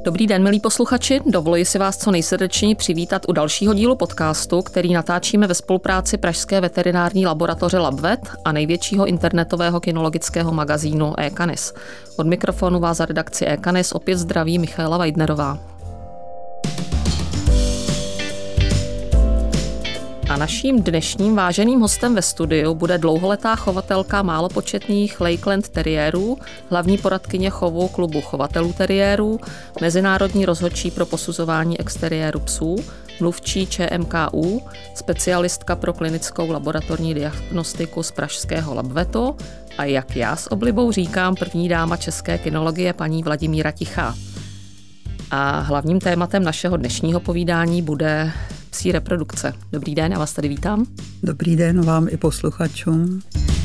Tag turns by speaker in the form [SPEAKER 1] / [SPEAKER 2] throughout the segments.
[SPEAKER 1] Dobrý den, milí posluchači, dovoluji si vás co nejsrdečněji přivítat u dalšího dílu podcastu, který natáčíme ve spolupráci Pražské veterinární laboratoře LabVet a největšího internetového kynologického magazínu eCanis. Od mikrofonu vás za redakci eCanis opět zdraví Michaela Weidnerová. A naším dnešním váženým hostem ve studiu bude dlouholetá chovatelka málopočetných Lakeland teriérů, hlavní poradkyně chovu klubu chovatelů teriérů, mezinárodní rozhodčí pro posuzování exteriéru psů, mluvčí ČMKU, specialistka pro klinickou laboratorní diagnostiku z pražského LabVetu a jak já s oblibou říkám, první dáma české kynologie paní Vladimíra Tichá. A hlavním tématem našeho dnešního povídání bude psí reprodukce. Dobrý den, já vás tady vítám.
[SPEAKER 2] Dobrý den vám i posluchačům.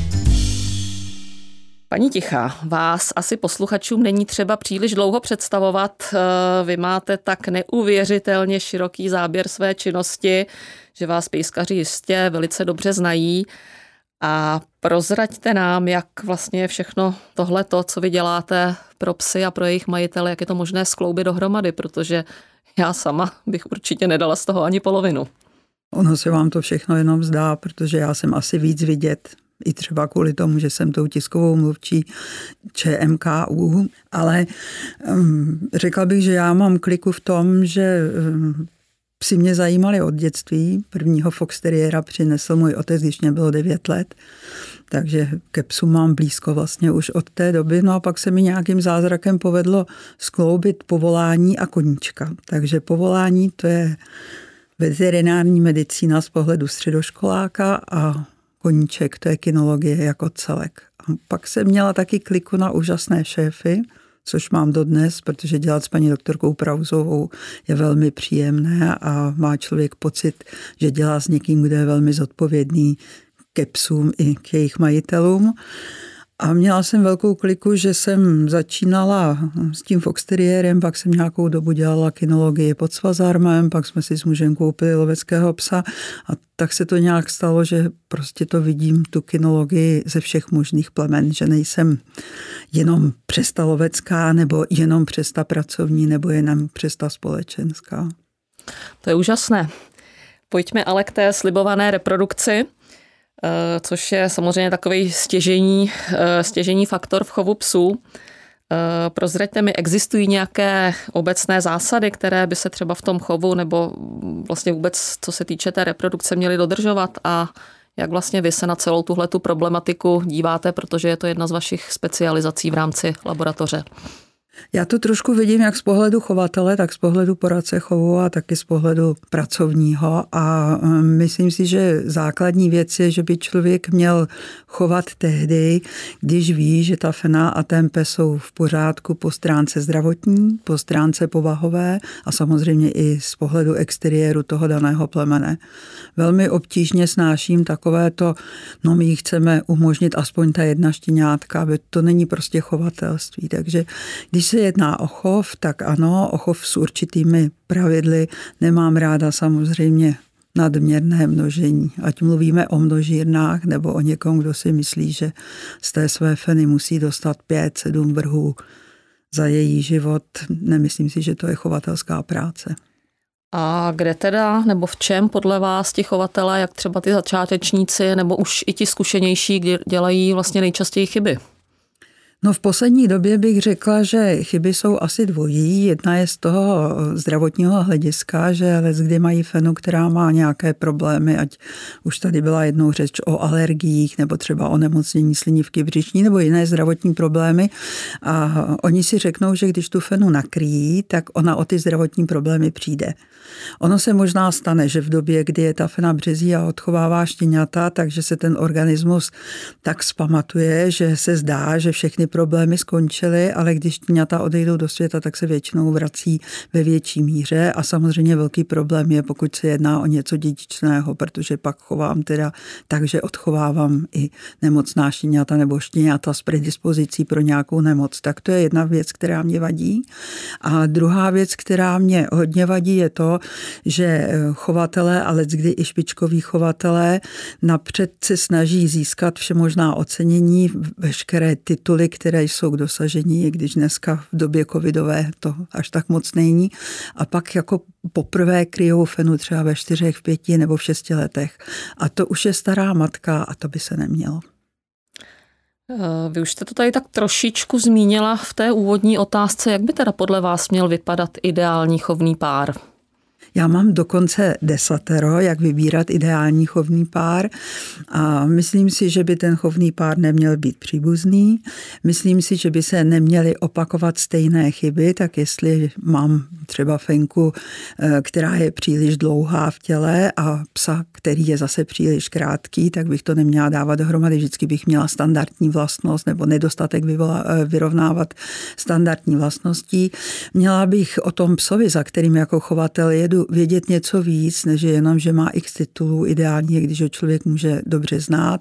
[SPEAKER 1] Paní Tichá, vás asi posluchačům není třeba příliš dlouho představovat. Vy máte tak neuvěřitelně široký záběr své činnosti, že vás pejskaři jistě velice dobře znají. A prozraďte nám, jak vlastně je všechno tohleto, co vy děláte pro psy a pro jejich majitele, jak je to možné skloubit dohromady, protože já sama bych určitě nedala z toho ani polovinu.
[SPEAKER 2] Ono se vám to všechno jenom zdá, protože já jsem asi víc vidět, i třeba kvůli tomu, že jsem tou tiskovou mluvčí ČMKU, ale řekla bych, že já mám kliku v tom, že psi mě zajímali od dětství. Prvního fox teriéra přinesl můj otec, když mě bylo 9 let, takže ke psu mám blízko vlastně už od té doby. No a pak se mi nějakým zázrakem povedlo skloubit povolání a koníčka. Takže povolání to je veterinární medicína z pohledu středoškoláka a koníček to je kynologie jako celek. A pak jsem měla taky kliku na úžasné šéfy, což mám dodnes, protože dělat s paní doktorkou Prauzovou je velmi příjemné a má člověk pocit, že dělá s někým, kdo je velmi zodpovědný ke psům i k jejich majitelům. A měla jsem velkou kliku, že jsem začínala s tím fox teriérem, pak jsem nějakou dobu dělala kynologii pod Svazarmem, pak jsme si s mužem koupili loveckého psa a tak se to nějak stalo, že prostě to vidím, tu kynologii ze všech možných plemen, že nejsem jenom přes ta lovecká, nebo jenom přes ta pracovní, nebo jenom přes ta společenská.
[SPEAKER 1] To je úžasné. Pojďme ale k té slibované reprodukci, což je samozřejmě takový stěžejní faktor v chovu psů. Prozraďte mi, existují nějaké obecné zásady, které by se třeba v tom chovu nebo vlastně vůbec, co se týče té reprodukce, měly dodržovat a jak vlastně vy se na celou tuhletu problematiku díváte, protože je to jedna z vašich specializací v rámci laboratoře?
[SPEAKER 2] Já to trošku vidím jak z pohledu chovatele, tak z pohledu poradce chovu a taky z pohledu pracovního a myslím si, že základní věc je, že by člověk měl chovat tehdy, když ví, že ta fena a ten pes jsou v pořádku po stránce zdravotní, po stránce povahové a samozřejmě i z pohledu exteriéru toho daného plemene. Velmi obtížně snáším takovéto, no my jí chceme umožnit aspoň ta jedna štěňátka, to není prostě chovatelství, takže když se jedná o chov, tak ano, o chov s určitými pravidly. Nemám ráda samozřejmě nadměrné množení. Ať mluvíme o množírnách nebo o někom, kdo si myslí, že z té své feny musí dostat 5-7 vrhů za její život. Nemyslím si, že to je chovatelská práce.
[SPEAKER 1] A kde teda, nebo v čem podle vás ti chovatelé, jak třeba ty začátečníci, nebo už i ti zkušenější, dělají vlastně nejčastěji chyby?
[SPEAKER 2] No v poslední době bych řekla, že chyby jsou asi dvojí. Jedna je z toho zdravotního hlediska, že leckdy mají fenu, která má nějaké problémy, ať už tady byla jednou řeč o alergiích nebo třeba o nemocnění slinivky břišní nebo jiné zdravotní problémy. A oni si řeknou, že když tu fenu nakryjí, tak ona o ty zdravotní problémy přijde. Ono se možná stane, že v době, kdy je ta fena březí a odchovává štěňata, takže se ten organismus tak zpamatuje, že se zdá, že všechny problémy skončily, ale když štěňata odejdou do světa, tak se většinou vrací ve větší míře a samozřejmě velký problém je, pokud se jedná o něco dědičného, protože pak chovám teda tak, že odchovávám i nemocná štěňata nebo štěňata s predispozicí pro nějakou nemoc. Tak to je jedna věc, která mě vadí. A druhá věc, která mě hodně vadí, je to, že chovatelé a leckdy i špičkoví chovatelé napřed se snaží získat všemožná ocenění, veškeré tituly, které jsou k dosažení, i když dneska v době covidové to až tak moc není. A pak jako poprvé kryjou fenu třeba ve 4, v 5 nebo v 6 letech. A to už je stará matka a to by se nemělo.
[SPEAKER 1] Vy už jste to tady tak trošičku zmínila v té úvodní otázce. Jak by teda podle vás měl vypadat ideální chovný pár?
[SPEAKER 2] Já mám dokonce 10, jak vybírat ideální chovný pár a myslím si, že by ten chovný pár neměl být příbuzný. Myslím si, že by se neměly opakovat stejné chyby, tak jestli mám třeba fenku, která je příliš dlouhá v těle a psa, který je zase příliš krátký, tak bych to neměla dávat dohromady. Vždycky bych měla standardní vlastnost nebo nedostatek vyrovnávat standardní vlastností. Měla bych o tom psovi, za kterým jako chovatel jedu, vědět něco víc, než jenom, že má x titulů. Ideální je, když ho člověk může dobře znát.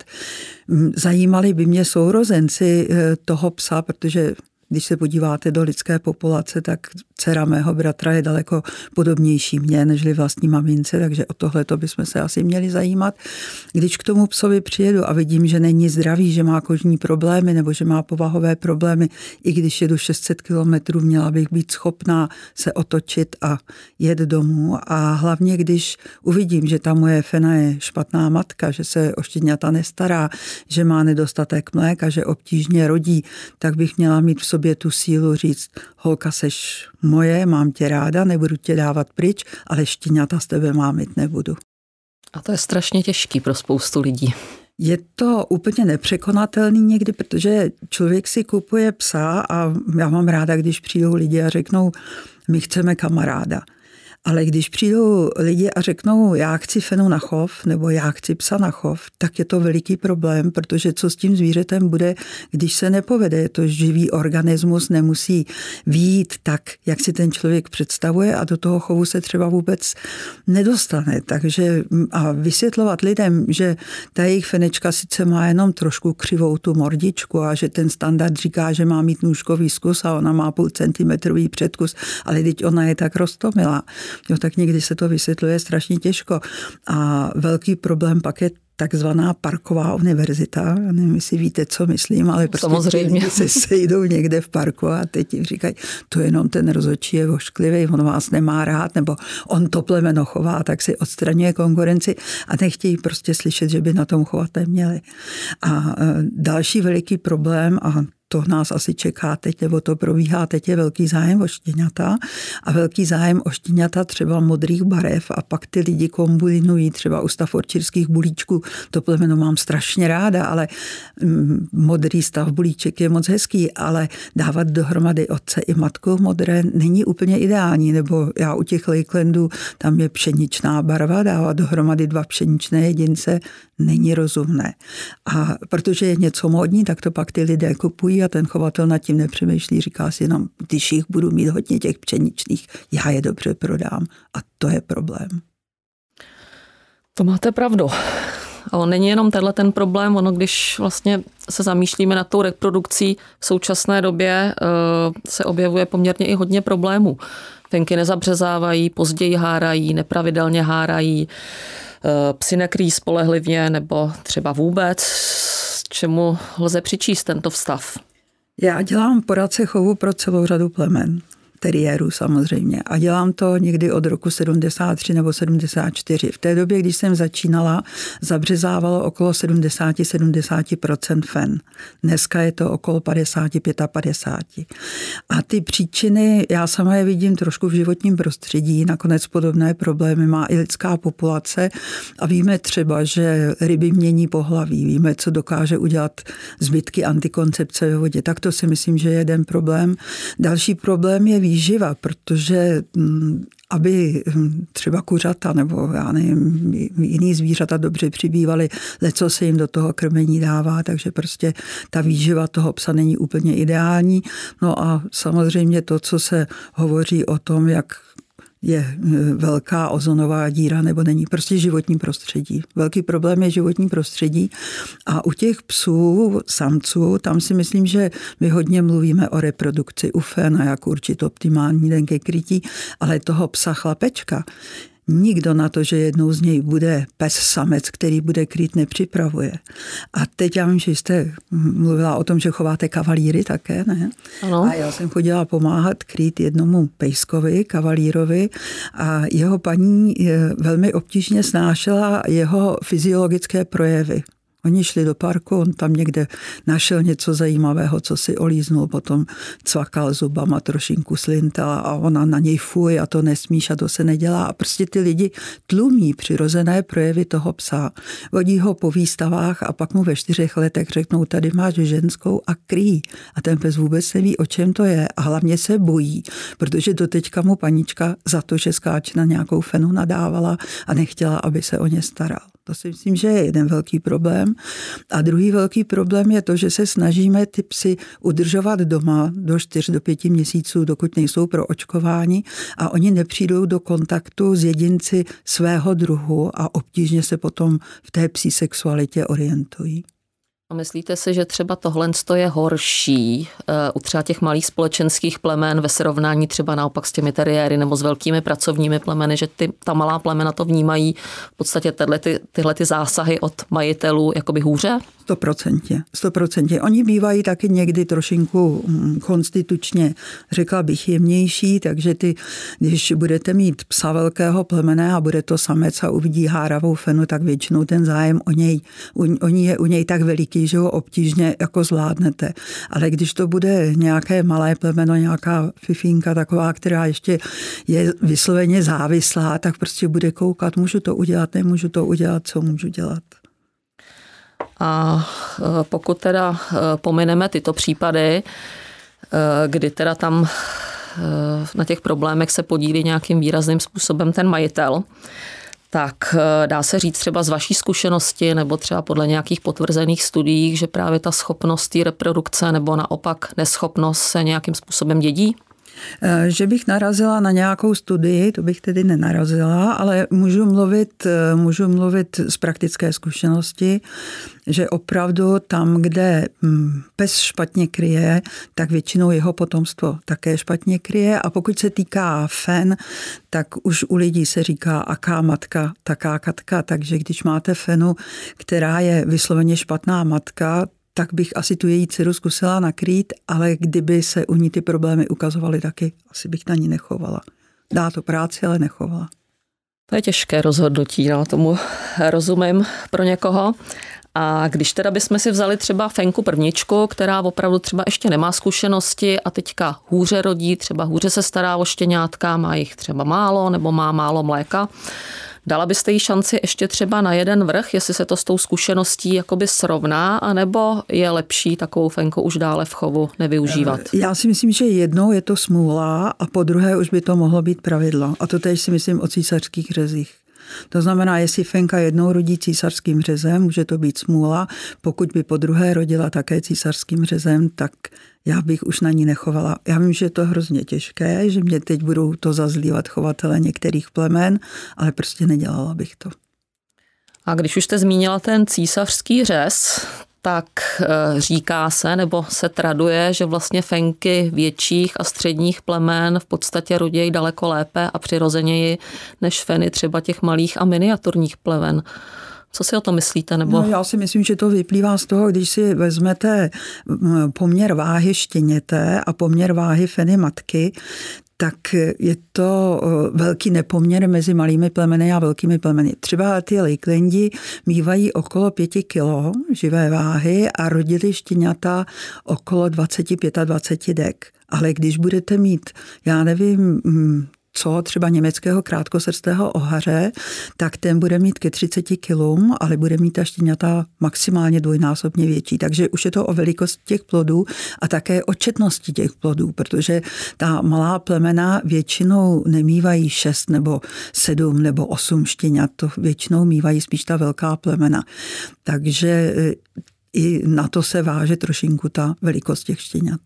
[SPEAKER 2] Zajímali by mě sourozenci toho psa, protože když se podíváte do lidské populace, tak dcera mého bratra je daleko podobnější mně, nežli vlastní mamince, takže o tohleto bychom se asi měli zajímat. Když k tomu psovi přijedu a vidím, že není zdravý, že má kožní problémy nebo že má povahové problémy, i když jedu 600 kilometrů, měla bych být schopná se otočit a jet domů. A hlavně, když uvidím, že ta moje fena je špatná matka, že se o štěňata nestará, že má nedostatek mléka, že obtížně rodí, tak bych měla mít v sobě tu sílu říct, holka, seš moje, mám tě ráda, nebudu tě dávat pryč, ale štěňata z tebe mámit nebudu.
[SPEAKER 1] A to je strašně těžký pro spoustu lidí.
[SPEAKER 2] Je to úplně nepřekonatelný někdy, protože člověk si kupuje psa a já mám ráda, když přijdou lidi a řeknou, my chceme kamaráda. Ale když přijdou lidi a řeknou, já chci fenu na chov, nebo já chci psa na chov, tak je to veliký problém, protože co s tím zvířetem bude, když se nepovede. Je to živý organismus, nemusí vyjít tak, jak si ten člověk představuje a do toho chovu se třeba vůbec nedostane. Takže a vysvětlovat lidem, že ta jejich fenečka sice má jenom trošku křivou tu mordičku a že ten standard říká, že má mít nůžkový zkus a ona má 0,5 centimetrový předkus, ale teď ona je tak roztomilá. Jo, tak někdy se to vysvětluje strašně těžko. A velký problém pak je takzvaná parková univerzita. Já nevím, jestli víte, co myslím, ale prostě
[SPEAKER 1] samozřejmě
[SPEAKER 2] se sejdou někde v parku a teď jim říkají, to jenom ten rozhodčí je ošklivý, on vás nemá rád, nebo on to plemeno chová, tak si odstraňuje konkurenci a nechtějí prostě slyšet, že by na tom chovat neměli. A další veliký problém, a to nás asi čeká teď, nebo to probíhá teď, je velký zájem o štěňata a velký zájem o štěňata třeba modrých barev a pak ty lidi kombinují třeba u staffordshireských bulíčků. To plemeno mám strašně ráda, ale modrý stav bulíček je moc hezký, ale dávat dohromady otce i matku modré není úplně ideální, nebo já u těch Lakelandů, tam je pšeničná barva, dávat dohromady 2 pšeničné jedince není rozumné. A protože je něco módní, tak to pak ty lidé kupují a ten chovatel nad tím nepřemýšlí, říká si jenom, když jich budu mít hodně těch pšeničných, já je dobře prodám. A to je problém.
[SPEAKER 1] To máte pravdu. Ale není jenom ten problém, ono když vlastně se zamýšlíme nad tou reprodukcí, v současné době se objevuje poměrně i hodně problémů. Fenky nezabřezávají, později hárají, nepravidelně hárají, psi nekryjí spolehlivě nebo třeba vůbec. Čemu lze přičíst tento stav?
[SPEAKER 2] Já dělám poradce chovu pro celou řadu plemen, teriérů samozřejmě. A dělám to někdy od roku 73 nebo 74. V té době, když jsem začínala, zabřezávalo okolo 70% fen. Dneska je to okolo 55-50. A ty příčiny, já sama je vidím trošku v životním prostředí, nakonec podobné problémy má i lidská populace a víme třeba, že ryby mění pohlaví, víme, co dokáže udělat zbytky antikoncepce ve vodě. Tak to si myslím, že je jeden problém. Další problém je výživa, protože aby třeba kuřata nebo já nevím, jiný zvířata dobře přibývaly, leco se jim do toho krmení dává, takže prostě ta výživa toho psa není úplně ideální. No a samozřejmě to, co se hovoří o tom, jak je velká ozonová díra nebo není, prostě životní prostředí. Velký problém je životní prostředí a u těch psů, samců, tam si myslím, že my hodně mluvíme o reprodukci u fen a jak určit optimální den ke krytí, ale toho psa chlapečka, Nikdo na to, že jednou z něj bude pes samec, který bude krýt, nepřipravuje. A teď já vím, že jste mluvila o tom, že chováte kavalíry také, ne?
[SPEAKER 1] Ano.
[SPEAKER 2] A já jsem chodila pomáhat krýt jednomu pejskovi, kavalírovi, a jeho paní velmi obtížně snášela jeho fyziologické projevy. Oni šli do parku, on tam někde našel něco zajímavého, co si olíznul, potom cvakal zubama, trošinku slintal a ona na něj fuj a to nesmíš a to se nedělá. A prostě ty lidi tlumí přirozené projevy toho psa. Vodí ho po výstavách a pak mu ve 4 letech řeknou, tady máš ženskou a kryjí. A ten pes vůbec neví, o čem to je a hlavně se bojí, protože doteďka mu panička za to, že skáče na nějakou fenu, nadávala a nechtěla, aby se o ně staral. To si myslím, že je jeden velký problém. A druhý velký problém je to, že se snažíme ty psy udržovat doma do 4 do 5 měsíců, dokud nejsou proočkováni a oni nepřijdou do kontaktu s jedinci svého druhu a obtížně se potom v té psí sexualitě orientují.
[SPEAKER 1] A myslíte si, že třeba tohle je horší u třeba těch malých společenských plemen ve srovnání třeba naopak s těmi teriéry nebo s velkými pracovními plemeny, že ta malá plemena to vnímají v podstatě tyhle zásahy od majitelů jakoby hůře? 100%. Oni bývají taky někdy trošinku konstitučně, řekla bych, jemnější, takže když budete mít psa velkého plemene a bude to samec a uvidí háravou fenu, tak většinou ten zájem o ní je u něj tak veliký, že ho obtížně jako zvládnete. Ale když to bude nějaké malé plemeno, nějaká fifínka taková, která ještě je vysloveně závislá, tak prostě bude koukat, můžu to udělat, nemůžu to udělat, co můžu dělat. A pokud teda pomineme tyto případy, kdy teda tam na těch problémech se podílí nějakým výrazným způsobem ten majitel, tak dá se říct třeba z vaší zkušenosti nebo třeba podle nějakých potvrzených studií, že právě ta schopnost té reprodukce nebo naopak neschopnost se nějakým způsobem dědí?
[SPEAKER 2] Že bych narazila na nějakou studii, to bych tedy nenarazila, ale můžu mluvit z praktické zkušenosti, že opravdu tam, kde pes špatně kryje, tak většinou jeho potomstvo také špatně kryje a pokud se týká fen, tak už u lidí se říká aká matka, taká katka, takže když máte fenu, která je vysloveně špatná matka, tak bych asi tu její dceru zkusila nakrýt, ale kdyby se u ní ty problémy ukazovaly taky, asi bych na ní nechovala. Dá to práci, ale nechovala.
[SPEAKER 1] To je těžké rozhodnutí, no, tomu rozumím pro někoho. A když teda bychom si vzali třeba fenku prvničku, která opravdu třeba ještě nemá zkušenosti a teďka hůře rodí, třeba hůře se stará o štěňátka, má jich třeba málo nebo má málo mléka, dala byste jí šanci ještě třeba na jeden vrch, jestli se to s tou zkušeností jakoby srovná, anebo je lepší takovou fenku už dále v chovu nevyužívat?
[SPEAKER 2] Já si myslím, že jednou je to smůla a po druhé už by to mohlo být pravidlo. A to též si myslím o císařských řezích. To znamená, jestli fenka jednou rodí císařským řezem, může to být smůla. Pokud by po druhé rodila také císařským řezem, tak já bych už na ní nechovala. Já vím, že je to hrozně těžké, že mě teď budou to zazlívat chovatele některých plemen, ale prostě nedělala bych to.
[SPEAKER 1] A když už jste zmínila ten císařský řez, tak říká se, nebo se traduje, že vlastně fenky větších a středních plemen v podstatě rodí daleko lépe a přirozeněji než feny třeba těch malých a miniaturních plemen. Co si o tom myslíte? Nebo?
[SPEAKER 2] No, já si myslím, že to vyplývá z toho, když si vezmete poměr váhy štěněte a poměr váhy feny matky, tak je to velký nepoměr mezi malými plemeny a velkými plemeny. Třeba ty Lakelandi mívají okolo 5 kilo živé váhy a rodili štěňata okolo 25-20 dek. Ale když budete mít, já nevím, třeba německého krátkosrstého ohaře, tak ten bude mít ke 30 kilům, ale bude mít ta štěňata maximálně dvojnásobně větší. Takže už je to o velikosti těch plodů a také o četnosti těch plodů, protože ta malá plemena většinou nemívají 6 nebo 7 nebo 8 štěňat, to většinou mívají spíš ta velká plemena. Takže i na to se váže trošinku ta velikost těch štěňat.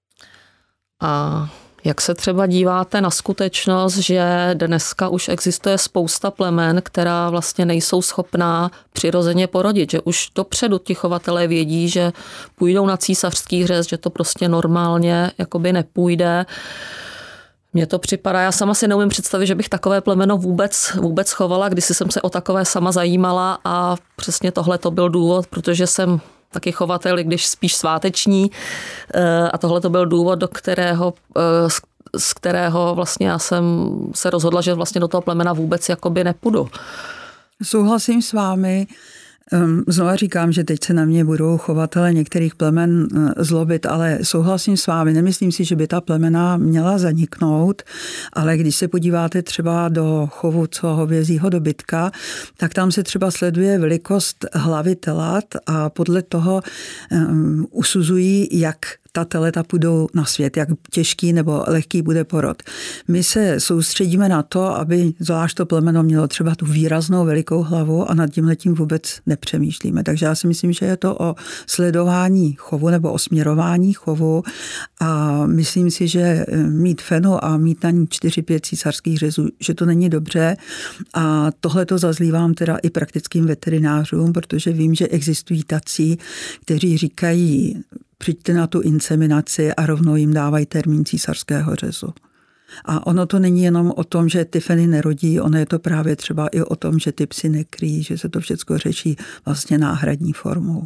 [SPEAKER 1] A jak se třeba díváte na skutečnost, že dneska už existuje spousta plemen, která vlastně nejsou schopná přirozeně porodit, že už dopředu ti chovatelé vědí, že půjdou na císařský řez, že to prostě normálně jakoby nepůjde. Mně to připadá, já sama si neumím představit, že bych takové plemeno vůbec chovala, když jsem se o takové sama zajímala a přesně tohle to byl důvod, protože jsem taky chovatel, i když spíš sváteční a tohle to byl důvod, z kterého vlastně já jsem se rozhodla, že vlastně do toho plemena vůbec jakoby nepůjdu.
[SPEAKER 2] Souhlasím s vámi. Znova říkám, že teď se na mě budou chovatele některých plemen zlobit, ale souhlasím s vámi. Nemyslím si, že by ta plemena měla zaniknout, ale když se podíváte třeba do chovu hovězího dobytka, tak tam se třeba sleduje velikost hlavy telat a podle toho usuzují, jak ta telata půjdou na svět, jak těžký nebo lehký bude porod. My se soustředíme na to, aby zvlášť to plemeno mělo třeba tu výraznou velikou hlavu a nad tímhletím vůbec nepřemýšlíme. Takže já si myslím, že je to o sledování chovu nebo o směrování chovu a myslím si, že mít fenu a mít na ní 4-5 císařských řezů, že to není dobře a tohle to zazlívám teda i praktickým veterinářům, protože vím, že existují tací, kteří říkají, přijďte na tu inseminaci a rovnou jim dávají termín císařského řezu. A ono to není jenom o tom, že ty feny nerodí, ono je to právě třeba i o tom, že ty psy nekryjí, že se to všechno řeší vlastně náhradní formou.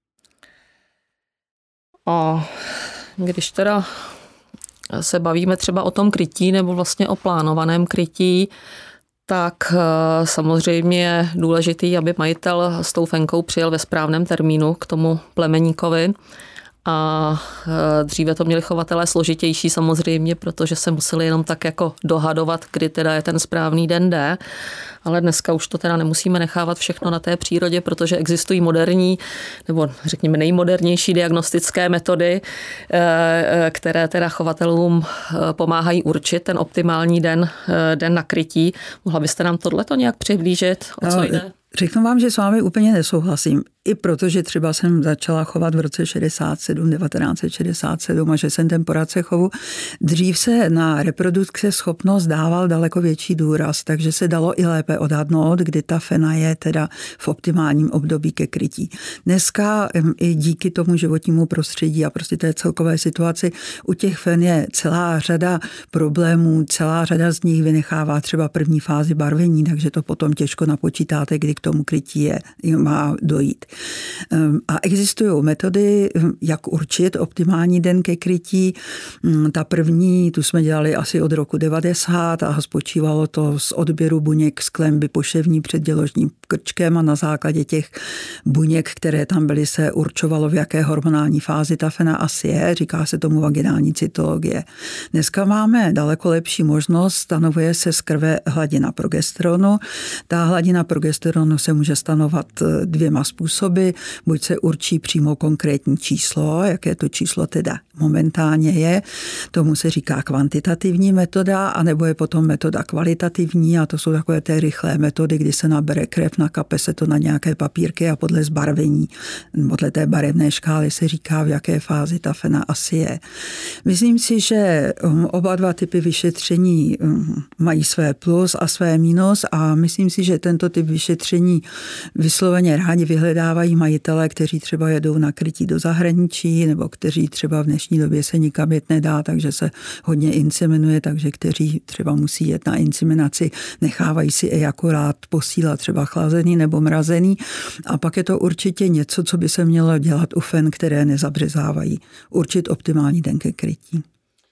[SPEAKER 1] A když teda se bavíme třeba o tom krytí nebo vlastně o plánovaném krytí, tak samozřejmě je důležitý, aby majitel s tou fenkou přijel ve správném termínu k tomu plemeníkovi. A dříve to měli chovatelé složitější samozřejmě, protože se museli jenom tak jako dohadovat, kdy teda je ten správný den D. Ale dneska už to teda nemusíme nechávat všechno na té přírodě, protože existují moderní, nebo řekněme nejmodernější diagnostické metody, které teda chovatelům pomáhají určit ten optimální den na krytí. Mohla byste nám tohleto nějak přiblížit? O co jde?
[SPEAKER 2] Řeknu vám, že s vámi úplně nesouhlasím. I protože třeba jsem začala chovat v roce 1967 a že jsem ten poradce chovu. Dřív se na reprodukce schopnost dával daleko větší důraz, takže se dalo i lépe odhadnout, kdy ta fena je teda v optimálním období ke krytí. Dneska i díky tomu životnímu prostředí a prostě té celkové situaci u těch fen je celá řada problémů, celá řada z nich vynechává třeba první fázi barvení, takže to potom těžko napočítáte, kdy k tomu krytí má dojít. A existují metody, jak určit optimální den ke krytí. Ta první, tu jsme dělali asi od roku 90 a spočívalo to z odběru buněk z klenby poševní před děložním krčkem a na základě těch buněk, které tam byly, se určovalo, v jaké hormonální fázi ta fena asi je. Říká se tomu vaginální cytologie. Dneska máme daleko lepší možnost, stanovuje se z krve hladina progesteronu. Ta hladina progesteronu se může stanovat dvěma způsoby. Buď se určí přímo konkrétní číslo, jaké to číslo teda momentálně je, tomu se říká kvantitativní metoda, anebo je potom metoda kvalitativní a to jsou takové té rychlé metody, kdy se nabere krev, nakape se to na nějaké papírky a podle zbarvení, podle té barevné škály se říká, v jaké fázi ta fena asi je. Myslím si, že oba dva typy vyšetření mají své plus a své minus a myslím si, že tento typ vyšetření vysloveně rádi vyhledávají majitelé, kteří třeba jedou na krytí do zahraničí nebo kteří třeba v dnešní době se nikam jet nedá, takže se hodně inseminuje, takže kteří třeba musí jet na inseminaci, nechávají si ejakulát posílat třeba chlazený nebo mrazený a pak je to určitě něco, co by se mělo dělat u fen, které nezabřezávají. Určit optimální den ke krytí.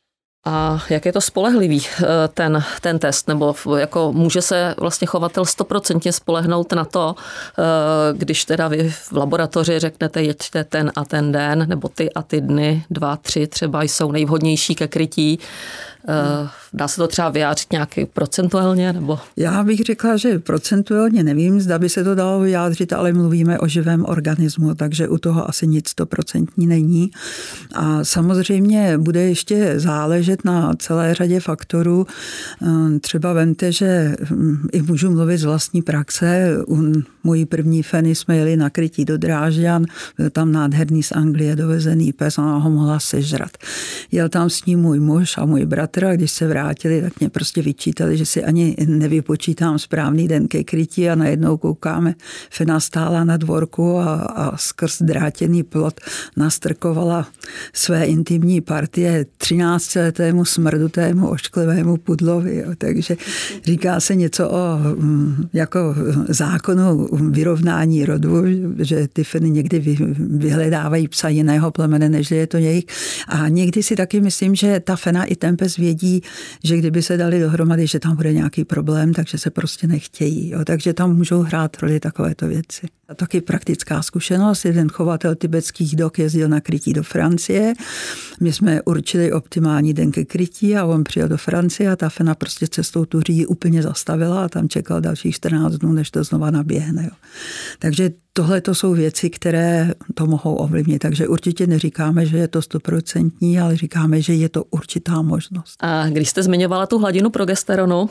[SPEAKER 1] A jak je to spolehlivý ten test? Nebo jako může se vlastně chovatel 100% spolehnout na to, když teda vy v laboratoři řeknete, jeďte ten a ten den, nebo ty a ty dny, 2, 3 třeba jsou nejvhodnější ke krytí. Dá se to třeba vyjádřit nějaký procentuálně? Nebo?
[SPEAKER 2] Já bych řekla, že procentuálně nevím, zda by se to dalo vyjádřit, ale mluvíme o živém organismu, takže u toho asi nic 100% není. A samozřejmě bude ještě záležet na celé řadě faktorů. Třeba vemte, že i můžu mluvit z vlastní praxe, u Moji první feny jsme jeli na krytí do Drážďan, byl tam nádherný z Anglie dovezený pes, ona ho mohla sežrat. Jel tam s ním můj muž a můj bratr a když se vrátili, tak mě prostě vyčítali, že si ani nevypočítám správný den ke krytí a najednou koukáme, fena stála na dvorku a skrz drátěný plot nastrkovala své intimní partie 13letému smrdutému ošklivému pudlovi. Jo. Takže říká se něco o jako zákonu vyrovnání rodu, že ty feny někdy vyhledávají psa jiného plemene, než je to jejich. A někdy si taky myslím, že ta fena i ten pes vědí, že kdyby se dali dohromady, že tam bude nějaký problém, takže se prostě nechtějí. Jo. Takže tam můžou hrát roli takovéto věci. A taky praktická zkušenost. Jeden chovatel tibetských dog jezdil na krytí do Francie. My jsme určili optimální den ke krytí a on přijel do Francie a ta fena prostě cestou tuří úplně zastavila a tam čekal dalších 14 dnů, než to znova naběhne. Jo. Takže tohle to jsou věci, které to mohou ovlivnit. Takže určitě neříkáme, že je to 100%, ale říkáme, že je to určitá možnost.
[SPEAKER 1] A když jste zmiňovala tu hladinu progesteronu,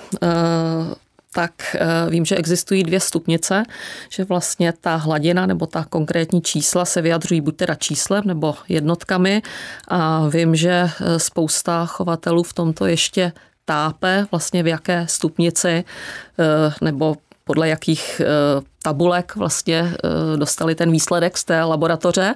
[SPEAKER 1] tak vím, že existují 2 stupnice, že vlastně ta hladina nebo ta konkrétní čísla se vyjadřují buď teda číslem nebo jednotkami a vím, že spousta chovatelů v tomto ještě tápe vlastně v jaké stupnici nebo podle jakých tabulek vlastně dostali ten výsledek z té laboratoře.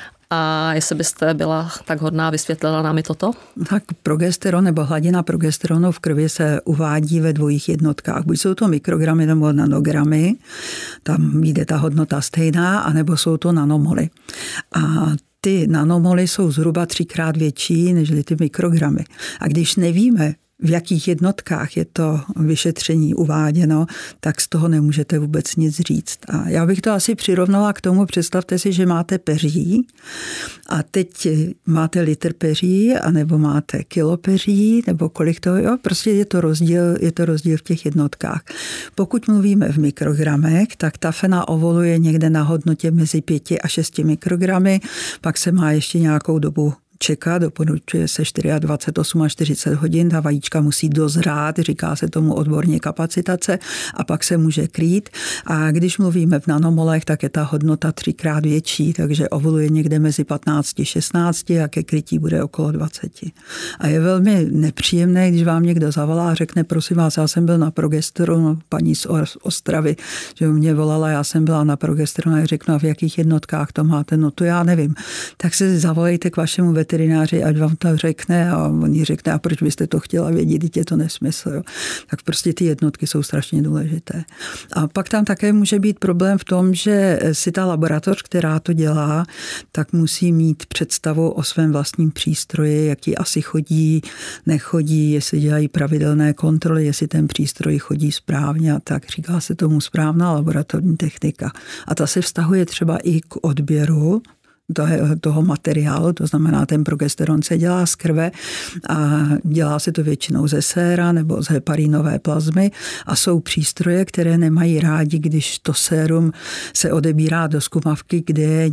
[SPEAKER 1] A jestli byste byla tak hodná, vysvětlila nám i toto?
[SPEAKER 2] Tak progesteron nebo hladina progesteronu v krvi se uvádí ve 2 jednotkách. Buď jsou to mikrogramy nebo nanogramy, tam jde ta hodnota stejná, anebo jsou to nanomoly. A ty nanomoly jsou zhruba 3krát větší než ty mikrogramy. A když nevíme, v jakých jednotkách je to vyšetření uváděno, tak z toho nemůžete vůbec nic říct. A já bych to asi přirovnala k tomu, představte si, že máte peří a teď máte litr peří, anebo máte kilo peří, nebo kolik toho, jo, prostě je to rozdíl v těch jednotkách. Pokud mluvíme v mikrogramech, tak ta fena ovoluje někde na hodnotě mezi 5 a 6 mikrogramy, pak se má ještě nějakou dobu čeká, doporučuje se 24 až 40 hodin, ta vajíčka musí dozrát, říká se tomu odborně kapacitace a pak se může krýt. A když mluvíme v nanomolech, tak je ta hodnota 3krát větší, takže ovoluje někde mezi 15 a 16 a ke krytí bude okolo 20. A je velmi nepříjemné, když vám někdo zavolá a řekne, prosím vás, já jsem byl na progesteronu, paní z Ostravy, že mě volala, já jsem byla na progesteronu a řeknu, a v jakých jednotkách to máte, no to já nevím. Tak se zavolejte k vašemu veterináři, ať vám to řekne a on jí řekne, a proč byste to chtěla vědět, je to nesmysl. Jo. Tak prostě ty jednotky jsou strašně důležité. A pak tam také může být problém v tom, že si ta laboratoř, která to dělá, tak musí mít představu o svém vlastním přístroji, jaký asi chodí, nechodí, jestli dělají pravidelné kontroly, jestli ten přístroj chodí správně a tak. Říká se tomu správná laboratorní technika. A ta se vztahuje třeba i k odběru toho materiálu, to znamená, ten progesteron se dělá z krve a dělá se to většinou ze séra nebo z heparinové plazmy a jsou přístroje, které nemají rádi, když to sérum se odebírá do zkumavky, kde je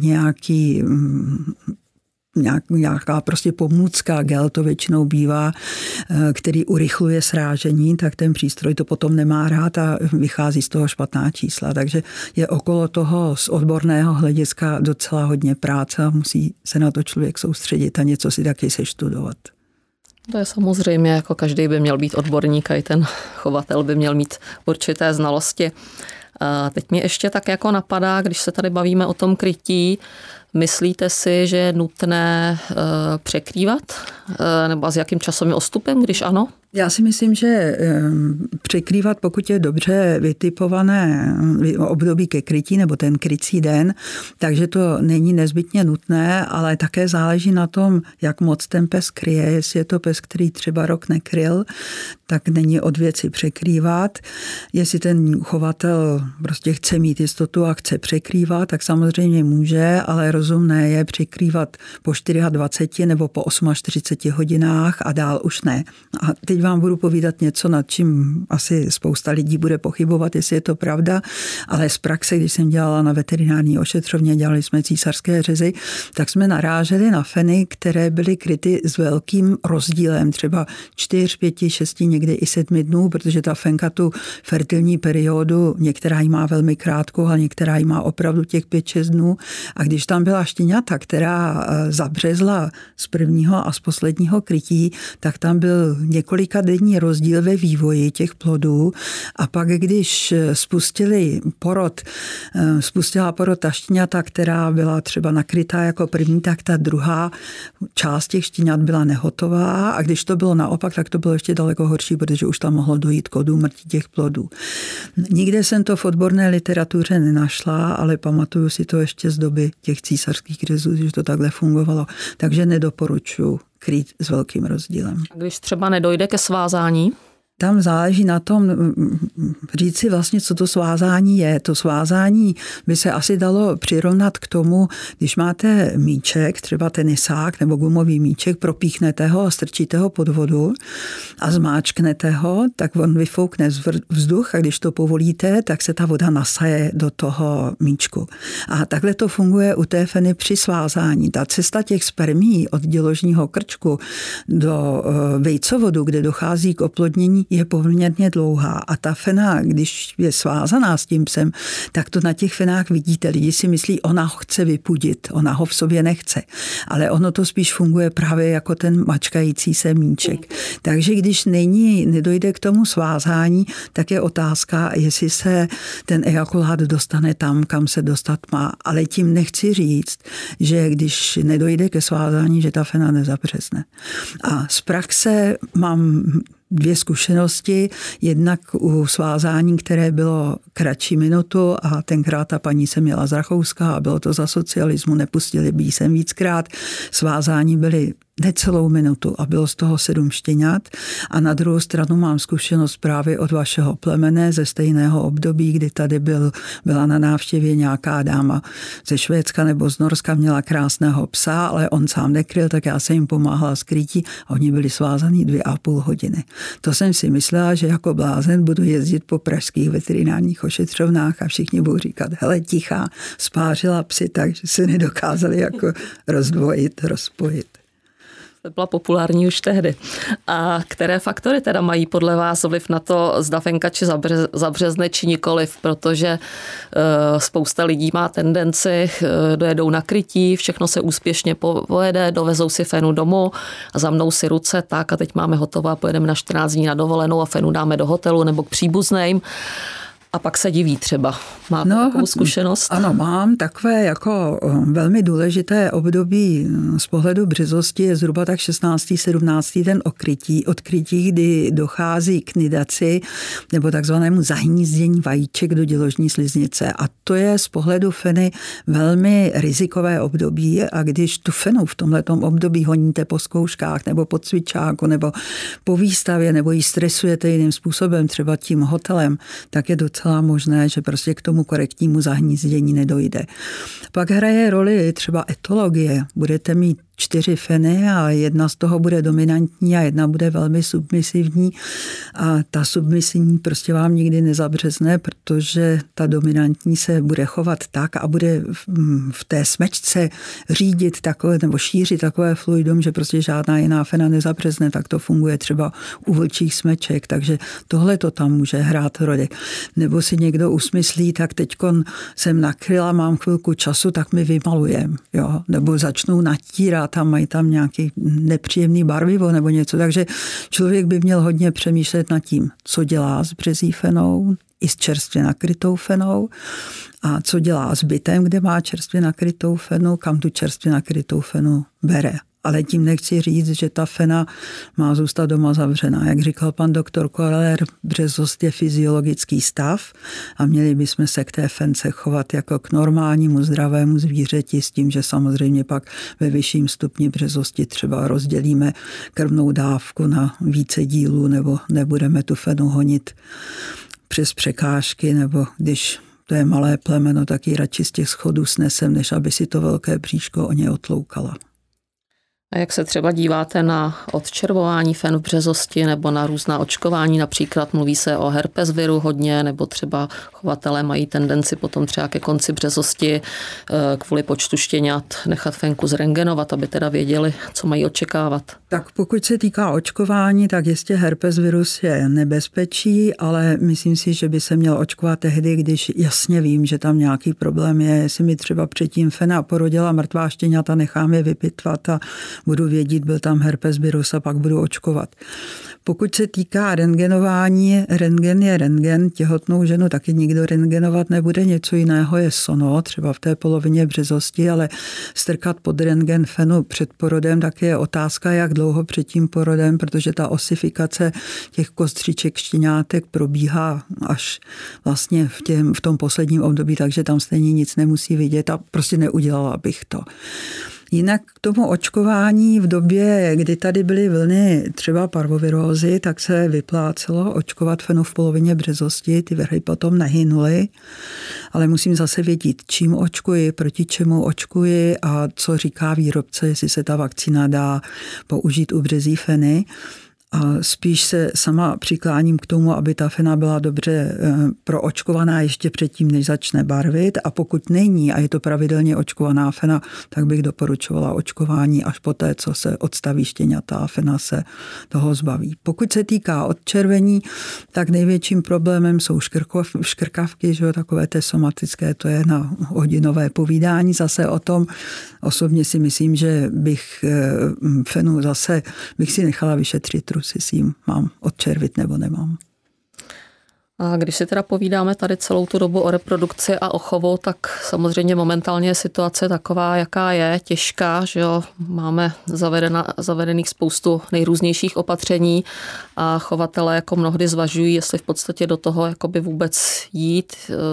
[SPEAKER 2] nějaká prostě pomůcka, gel to většinou bývá, který urychluje srážení, tak ten přístroj to potom nemá rád a vychází z toho špatná čísla. Takže je okolo toho z odborného hlediska docela hodně práce a musí se na to člověk soustředit a něco si taky seštudovat.
[SPEAKER 1] To je samozřejmě, jako každý by měl být odborník a i ten chovatel by měl mít určité znalosti. A teď mě ještě tak jako napadá, když se tady bavíme o tom krytí, myslíte si, že je nutné překrývat? Nebo s jakým časovým odstupem, když ano?
[SPEAKER 2] Já si myslím, že překrývat, pokud je dobře vytipované období ke krytí nebo ten krycí den, takže to není nezbytně nutné, ale také záleží na tom, jak moc ten pes kryje. Jestli je to pes, který třeba rok nekryl, tak není od věci překrývat. Jestli ten chovatel prostě chce mít jistotu a chce překrývat, tak samozřejmě může, ale rozumné je překrývat po 24 nebo po 48 hodinách a dál už ne. A teď vám budu povídat něco, nad čím asi spousta lidí bude pochybovat, jestli je to pravda, ale z praxe, když jsem dělala na veterinární ošetřovně, dělali jsme císařské řezy, tak jsme naráželi na feny, které byly kryty s velkým rozdílem, třeba 4, 5, 6, někdy i 7 dnů, protože ta fenka tu fertilní periodu, některá ji má velmi krátkou, a některá ji má opravdu těch 5-6 dnů. A když tam byla štěňata, která zabřezla z prvního a z posledního krytí, tak tam byl několika denní rozdíl ve vývoji těch plodů. A pak, když spustila porod ta štěňata, která byla třeba nakrytá jako první, tak ta druhá část těch štěňat byla nehotová. A když to bylo naopak, tak to bylo ještě daleko horší, protože už tam mohlo dojít k odúmrtí těch plodů. Nikde jsem to v odborné literatuře nenašla, ale pamatuju si to ještě z doby těch císařských řezů, že to takhle fungovalo. Takže nedoporučuji krýt s velkým rozdílem.
[SPEAKER 1] A když třeba nedojde ke svázání?
[SPEAKER 2] Tam záleží na tom říct si vlastně, co to svázání je. To svázání by se asi dalo přirovnat k tomu, když máte míček, třeba tenisák nebo gumový míček, propíchnete ho a strčíte ho pod vodu a zmáčknete ho, tak on vyfoukne vzduch a když to povolíte, tak se ta voda nasaje do toho míčku. A takhle to funguje u té feny při svázání. Ta cesta těch spermií od děložního krčku do vejcovodu, kde dochází k oplodnění, je poměrně dlouhá a ta fena, když je svázaná s tím psem, tak to na těch fenách vidíte. Lidi si myslí, ona ho chce vypudit, ona ho v sobě nechce. Ale ono to spíš funguje právě jako ten mačkající se míček. Takže když nedojde k tomu svázání, tak je otázka, jestli se ten ejakulát dostane tam, kam se dostat má. Ale tím nechci říct, že když nedojde ke svázání, že ta fena nezabřezne. A z praxe mám 2 zkušenosti. Jednak u svázání, které bylo kratší minutu a tenkrát ta paní se měla z Rakouska a bylo to za socialismu, nepustili by jí sem víckrát. Svázání byly necelou minutu a bylo z toho 7 štěňat. A na druhou stranu mám zkušenost právě od vašeho plemene ze stejného období, kdy tady byla na návštěvě nějaká dáma ze Švédska nebo z Norska, měla krásného psa, ale on sám nekryl, tak já jsem jim pomáhala s krytí a oni byli svázaní 2,5 hodiny. To jsem si myslela, že jako blázen budu jezdit po pražských veterinárních ošetřovnách a všichni budou říkat, hele, tichá, spářila psy, takže se nedokázali jako rozdvojit, rozpojit.
[SPEAKER 1] To byla populární už tehdy. A které faktory teda mají podle vás vliv na to, zda fenka či zabřezne či nikoliv, protože spousta lidí má tendenci, dojedou na krytí, všechno se úspěšně pojede, dovezou si fenu domů a zamnou si ruce, tak a teď máme hotovo a pojedeme na 14 dní na dovolenou a fenu dáme do hotelu nebo k příbuzným. A pak se diví třeba. Máte takovou zkušenost?
[SPEAKER 2] Ano, mám takové jako velmi důležité období z pohledu březosti je zhruba tak 16. 17. den odkrytí, kdy dochází k nidaci nebo takzvanému zahnízdění vajíček do děložní sliznice. A to je z pohledu feny velmi rizikové období a když tu fenu v tomhletom období honíte po zkouškách nebo po cvičáku nebo po výstavě nebo ji stresujete jiným způsobem, třeba tím hotelem, tak je docela možné, že prostě k tomu korektnímu zahnízdění nedojde. Pak hraje roli třeba etologie. Budete mít 4 feny a jedna z toho bude dominantní a jedna bude velmi submisivní a ta submisivní prostě vám nikdy nezabřezne, protože ta dominantní se bude chovat tak a bude v té smečce řídit takové nebo šířit takové fluidum, že prostě žádná jiná fena nezabřezne, tak to funguje třeba u vlčích smeček, takže tohle to tam může hrát roli. Nebo si někdo usmyslí, tak teďkon jsem nakryla, mám chvilku času, tak mi vymalujem, jo? Nebo začnou natírat, tam mají tam nějaký nepříjemný barvivo nebo něco, takže člověk by měl hodně přemýšlet nad tím, co dělá s březí fenou, i s čerstvě nakrytou fenou a co dělá s bytem, kde má čerstvě nakrytou fenu, kam tu čerstvě nakrytou fenu bere. Ale tím nechci říct, že ta fena má zůstat doma zavřená. Jak říkal pan doktor Koller, březost je fyziologický stav a měli bychom se k té fence chovat jako k normálnímu zdravému zvířeti s tím, že samozřejmě pak ve vyšším stupni březosti třeba rozdělíme krvnou dávku na více dílů nebo nebudeme tu fenu honit přes překážky nebo když to je malé plemeno, tak ji radši z těch schodů snesem, než aby si to velké bříško o ně otloukala.
[SPEAKER 1] A jak se třeba díváte na odčervování fen v březosti nebo na různá očkování? Například mluví se o herpes viru hodně, nebo třeba chovatelé mají tendenci potom třeba ke konci březosti kvůli počtu štěňat nechat fenku zrentgenovat, aby teda věděli, co mají očekávat.
[SPEAKER 2] Tak pokud se týká očkování, tak jistě herpes virus je nebezpečí, ale myslím si, že by se měl očkovat tehdy, když jasně vím, že tam nějaký problém je. Jestli mi třeba předtím fena porodila mrtvá štěňata, nechám je vypitvat a budu vědět, byl tam herpes virus a pak budu očkovat. Pokud se týká rentgenování, rentgen je rentgen, těhotnou ženu taky nikdo rentgenovat nebude, něco jiného je sono, třeba v té polovině březosti, ale strkat pod rentgen fenu před porodem, tak je otázka, jak dlouho před tím porodem, protože ta osifikace těch kostřiček štěňátek probíhá až vlastně v tom posledním období, takže tam stejně nic nemusí vidět a prostě neudělala bych to. Jinak k tomu očkování v době, kdy tady byly vlny třeba parvovirózy, tak se vyplácelo očkovat fenu v polovině březosti, ty vrhy potom nehynuly, ale musím zase vědět, čím očkuji, proti čemu očkuji a co říká výrobce, jestli se ta vakcína dá použít u březí feny. A spíš se sama přikláním k tomu, aby ta fena byla dobře proočkovaná ještě předtím, než začne barvit. A pokud není a je to pravidelně očkovaná fena, tak bych doporučovala očkování až poté, co se odstaví štěňata a fena se toho zbaví. Pokud se týká odčervení, tak největším problémem jsou škrkavky, že jo, takové té somatické, to je na hodinové povídání zase o tom. Osobně si myslím, že bych fenu zase bych si nechala vyšetřit, si s jim mám odčervit nebo nemám.
[SPEAKER 1] A když si teda povídáme tady celou tu dobu o reprodukci a o chovu, tak samozřejmě momentálně je situace taková, jaká je, těžká, že jo, máme zavedených spoustu nejrůznějších opatření a chovatelé jako mnohdy zvažují, jestli v podstatě do toho jakoby vůbec jít.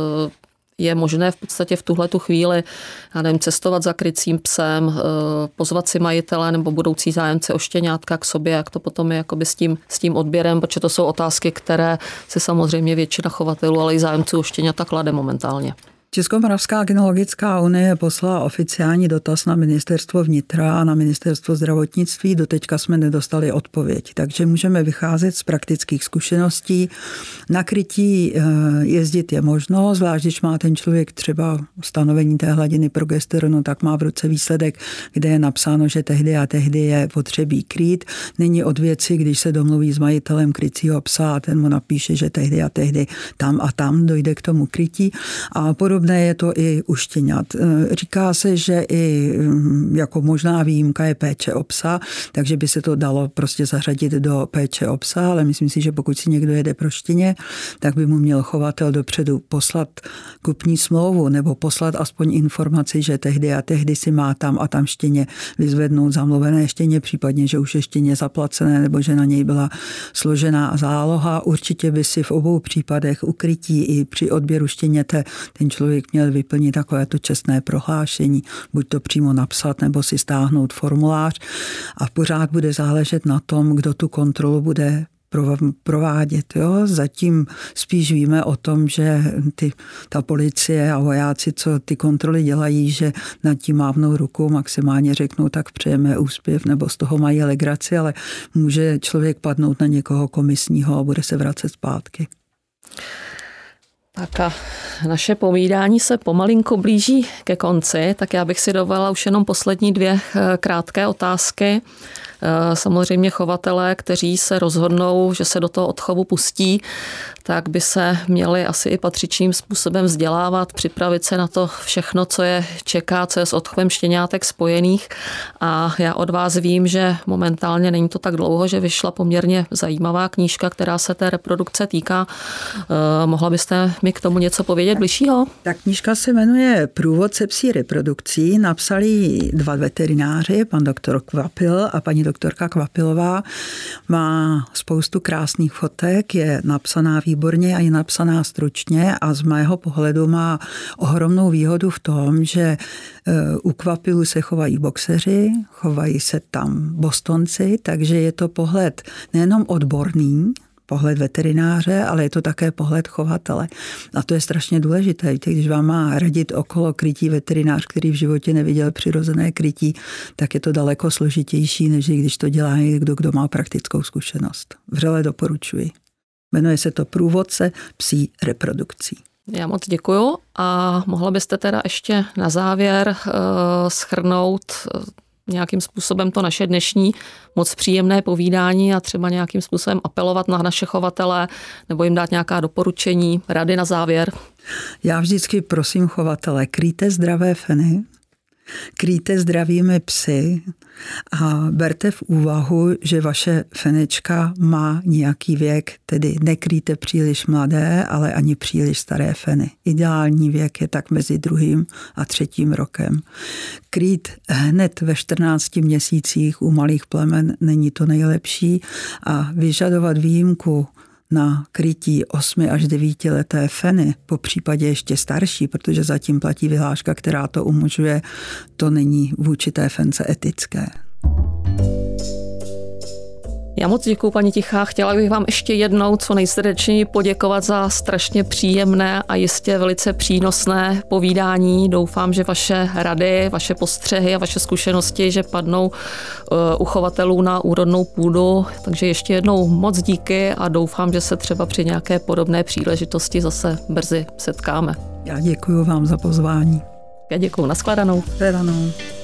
[SPEAKER 1] Je možné v podstatě v tuhletu chvíli, já nevím, cestovat za krycím psem, pozvat si majitele nebo budoucí zájemce o štěňátka k sobě, jak to potom je jakoby s tím odběrem, protože to jsou otázky, které si samozřejmě většina chovatelů, ale i zájemců o štěňata klade momentálně.
[SPEAKER 2] Českomoravská kynologická unie poslala oficiální dotaz na ministerstvo vnitra a na ministerstvo zdravotnictví. Doteďka jsme nedostali odpověď, takže můžeme vycházet z praktických zkušeností. Na krytí jezdit je možno, zvlášť když má ten člověk třeba stanovení té hladiny progesteronu, tak má v ruce výsledek, kde je napsáno, že tehdy a tehdy je potřebí krýt. Není od věci, když se domluví s majitelem krycího psa a ten mu napíše, že tehdy a tehdy tam a tam dojde k tomu krytí a podobně je to i u štěňat. Říká se, že i jako možná výjimka je péče o psa, takže by se to dalo prostě zařadit do péče o psa, ale myslím si, že pokud si někdo jede pro štěně, tak by mu měl chovatel dopředu poslat kupní smlouvu nebo poslat aspoň informaci, že tehdy a tehdy si má tam a tam štěně vyzvednout zamluvené štěně, případně, že už je štěně zaplacené nebo že na něj byla složená záloha. Určitě by si v obou případech ukrytí i při odběru štěněte ten člověk měl vyplnit takovéto čestné prohlášení, buď to přímo napsat, nebo si stáhnout formulář a pořád bude záležet na tom, kdo tu kontrolu bude provádět. Jo? Zatím spíš víme o tom, že ta policie a vojáci, co ty kontroly dělají, že nad tím mávnou rukou, maximálně řeknou, tak přejeme úspěch, nebo z toho mají legraci, ale může člověk padnout na někoho komisního a bude se vracet zpátky.
[SPEAKER 1] Tak a naše povídání se pomalinku blíží ke konci, tak já bych si dovolila už jenom poslední 2 krátké otázky. Samozřejmě chovatelé, kteří se rozhodnou, že se do toho odchovu pustí, tak by se měli asi i patřičným způsobem vzdělávat, připravit se na to všechno, co je čeká, co je s odchovem štěňátek spojených. A já od vás vím, že momentálně není to tak dlouho, že vyšla poměrně zajímavá knížka, která se té reprodukce týká. Mohla byste mi k tomu něco povědět bližšího?
[SPEAKER 2] Ta knížka se jmenuje Průvodce psí reprodukcí. Napsali 2 veterináři, pan doktor Kvapil a paní doktorka Kvapilová. Má spoustu krásných fotek, je napsaná výborně a je napsaná stručně a z mého pohledu má ohromnou výhodu v tom, že u Kvapilů se chovají boxeři, chovají se tam bostonci, takže je to pohled nejenom odborný, pohled veterináře, ale je to také pohled chovatele. A to je strašně důležité. Víte, když vám má radit okolo krytí veterinář, který v životě neviděl přirozené krytí, tak je to daleko složitější, než když to dělá někdo, kdo má praktickou zkušenost. Vřele doporučuji. Jmenuje se to Průvodce psí reprodukcí.
[SPEAKER 1] Já moc děkuju a mohla byste teda ještě na závěr shrnout nějakým způsobem to naše dnešní moc příjemné povídání a třeba nějakým způsobem apelovat na naše chovatele nebo jim dát nějaká doporučení, rady na závěr?
[SPEAKER 2] Já vždycky prosím chovatele, kryjte zdravé feny, kryjte zdravými psy a berte v úvahu, že vaše fenečka má nějaký věk, tedy nekryjte příliš mladé, ale ani příliš staré feny. Ideální věk je tak mezi 2. a 3. rokem. Krýt hned ve 14 měsících u malých plemen není to nejlepší a vyžadovat výjimku na krytí 8 až 9 leté feny, po případě ještě starší, protože zatím platí vyhláška, která to umožňuje, to není vůči té fence etické.
[SPEAKER 1] Já moc děkuju, paní Tichá. Chtěla bych vám ještě jednou co nejsrdečněji poděkovat za strašně příjemné a jistě velice přínosné povídání. Doufám, že vaše rady, vaše postřehy a vaše zkušenosti, že padnou u chovatelů na úrodnou půdu. Takže ještě jednou moc díky a doufám, že se třeba při nějaké podobné příležitosti zase brzy setkáme.
[SPEAKER 2] Já děkuju vám za pozvání.
[SPEAKER 1] Já děkuju. Nashledanou.
[SPEAKER 2] Nashledanou.